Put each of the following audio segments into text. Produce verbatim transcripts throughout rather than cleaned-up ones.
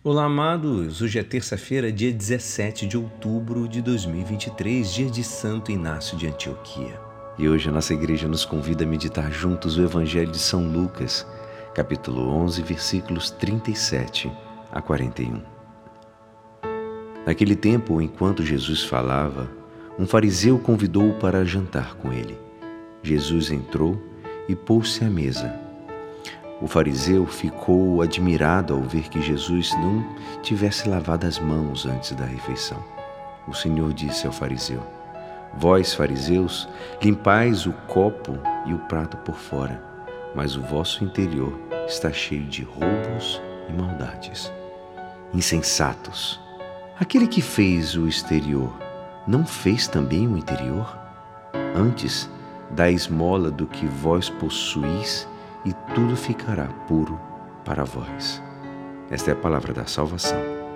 Olá, amados! Hoje é terça-feira, dia dezessete de outubro de dois mil e vinte e três, dia de Santo Inácio de Antioquia. E hoje a nossa igreja nos convida a meditar juntos o Evangelho de São Lucas, capítulo onze, versículos trinta e sete a quarenta e um. Naquele tempo, enquanto Jesus falava, um fariseu o convidou para jantar com ele. Jesus entrou e pôs-se à mesa. O fariseu ficou admirado ao ver que Jesus não tivesse lavado as mãos antes da refeição. O Senhor disse ao fariseu: Vós, fariseus, limpais o copo e o prato por fora, mas o vosso interior está cheio de roubos e maldades. Insensatos! Aquele que fez o exterior, não fez também o interior? Antes, dai esmola do que vós possuís, e tudo ficará puro para vós. Esta é a palavra da salvação.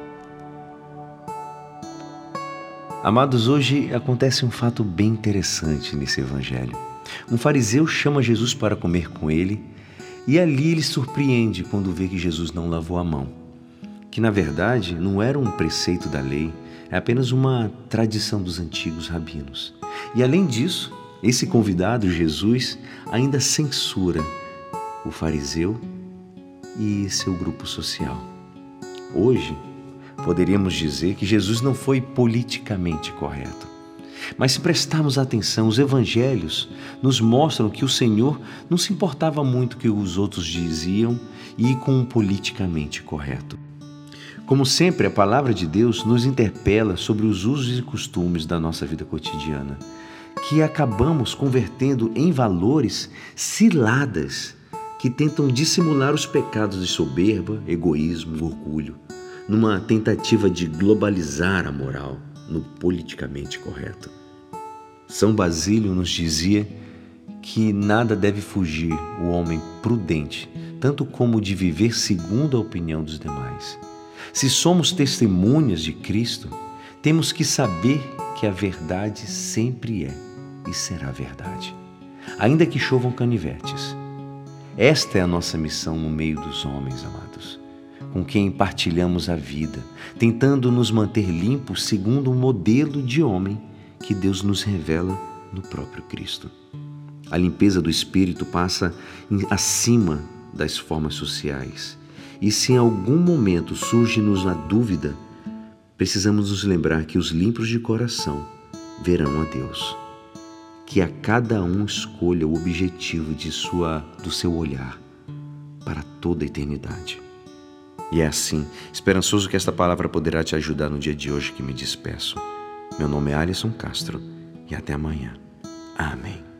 Amados, hoje acontece um fato bem interessante nesse evangelho. Um fariseu chama Jesus para comer com ele e ali ele surpreende quando vê que Jesus não lavou a mão, que na verdade não era um preceito da lei, é apenas uma tradição dos antigos rabinos. E além disso, esse convidado, Jesus, ainda censura o fariseu e seu grupo social. Hoje, poderíamos dizer que Jesus não foi politicamente correto. Mas se prestarmos atenção, os evangelhos nos mostram que o Senhor não se importava muito com o que os outros diziam e com o politicamente correto. Como sempre, a palavra de Deus nos interpela sobre os usos e costumes da nossa vida cotidiana, que acabamos convertendo em valores ciladas que tentam dissimular os pecados de soberba, egoísmo, orgulho, numa tentativa de globalizar a moral no politicamente correto. São Basílio nos dizia que nada deve fugir o homem prudente, tanto como de viver segundo a opinião dos demais. Se somos testemunhas de Cristo, temos que saber que a verdade sempre é e será verdade, ainda que chovam canivetes. Esta é a nossa missão no meio dos homens, amados, com quem partilhamos a vida, tentando nos manter limpos segundo o modelo de homem que Deus nos revela no próprio Cristo. A limpeza do espírito passa acima das formas sociais. E se em algum momento surge-nos a dúvida, precisamos nos lembrar que os limpos de coração verão a Deus. Que a cada um escolha o objetivo de sua, do seu olhar para toda a eternidade. E é assim, esperançoso que esta palavra poderá te ajudar no dia de hoje que me despeço. Meu nome é Alisson Castro e até amanhã. Amém.